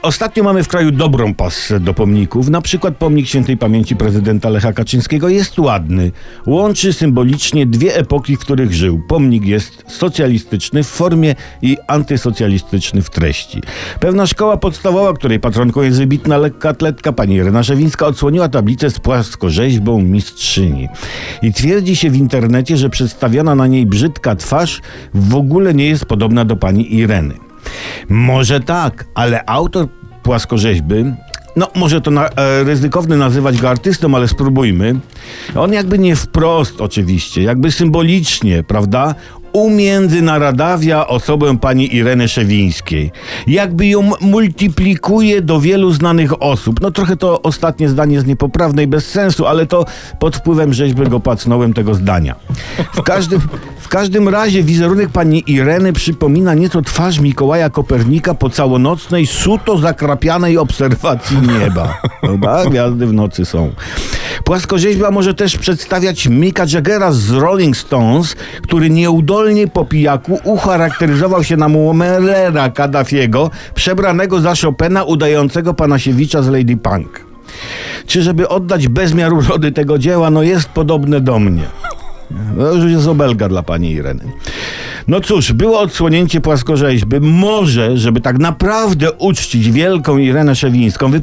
Ostatnio mamy w kraju dobrą passę do pomników. Na przykład pomnik świętej pamięci prezydenta Lecha Kaczyńskiego jest ładny. Łączy symbolicznie dwie epoki, w których żył. Pomnik jest socjalistyczny w formie i antysocjalistyczny w treści. Pewna szkoła podstawowa, której patronką jest wybitna lekkoatletka pani Irena Szewińska, odsłoniła tablicę z płaskorzeźbą mistrzyni. I twierdzi się w internecie, że przedstawiona na niej brzydka twarz w ogóle nie jest podobna do pani Ireny. Może tak, ale autor płaskorzeźby, może to ryzykowne nazywać go artystą, ale spróbujmy. On jakby nie wprost oczywiście, jakby symbolicznie, prawda? Umiędzynaradawia osobę pani Ireny Szewińskiej. Jakby ją multiplikuje do wielu znanych osób. Trochę to ostatnie zdanie jest niepoprawne i bez sensu, ale to pod wpływem rzeźby go pacnąłem tego zdania. W każdym razie wizerunek pani Ireny przypomina nieco twarz Mikołaja Kopernika po całonocnej, suto zakrapianej obserwacji nieba. Prawda? Gwiazdy w nocy są. Płaskorzeźba może też przedstawiać Micka Jaggera z Rolling Stones, który nieudolnie po pijaku ucharakteryzował się na Muammara Kaddafiego, przebranego za Chopina, udającego Panasiewicza z Lady Punk. Czy żeby oddać bezmiar urody tego dzieła, jest podobne do mnie. To już jest obelga dla pani Ireny. Cóż, było odsłonięcie płaskorzeźby. Może, żeby tak naprawdę uczcić wielką Irenę Szewińską,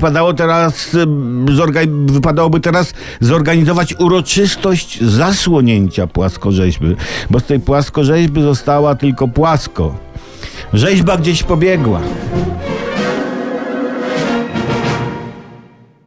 wypadałoby teraz zorganizować uroczystość zasłonięcia płaskorzeźby, bo z tej płaskorzeźby została tylko płasko. Rzeźba gdzieś pobiegła.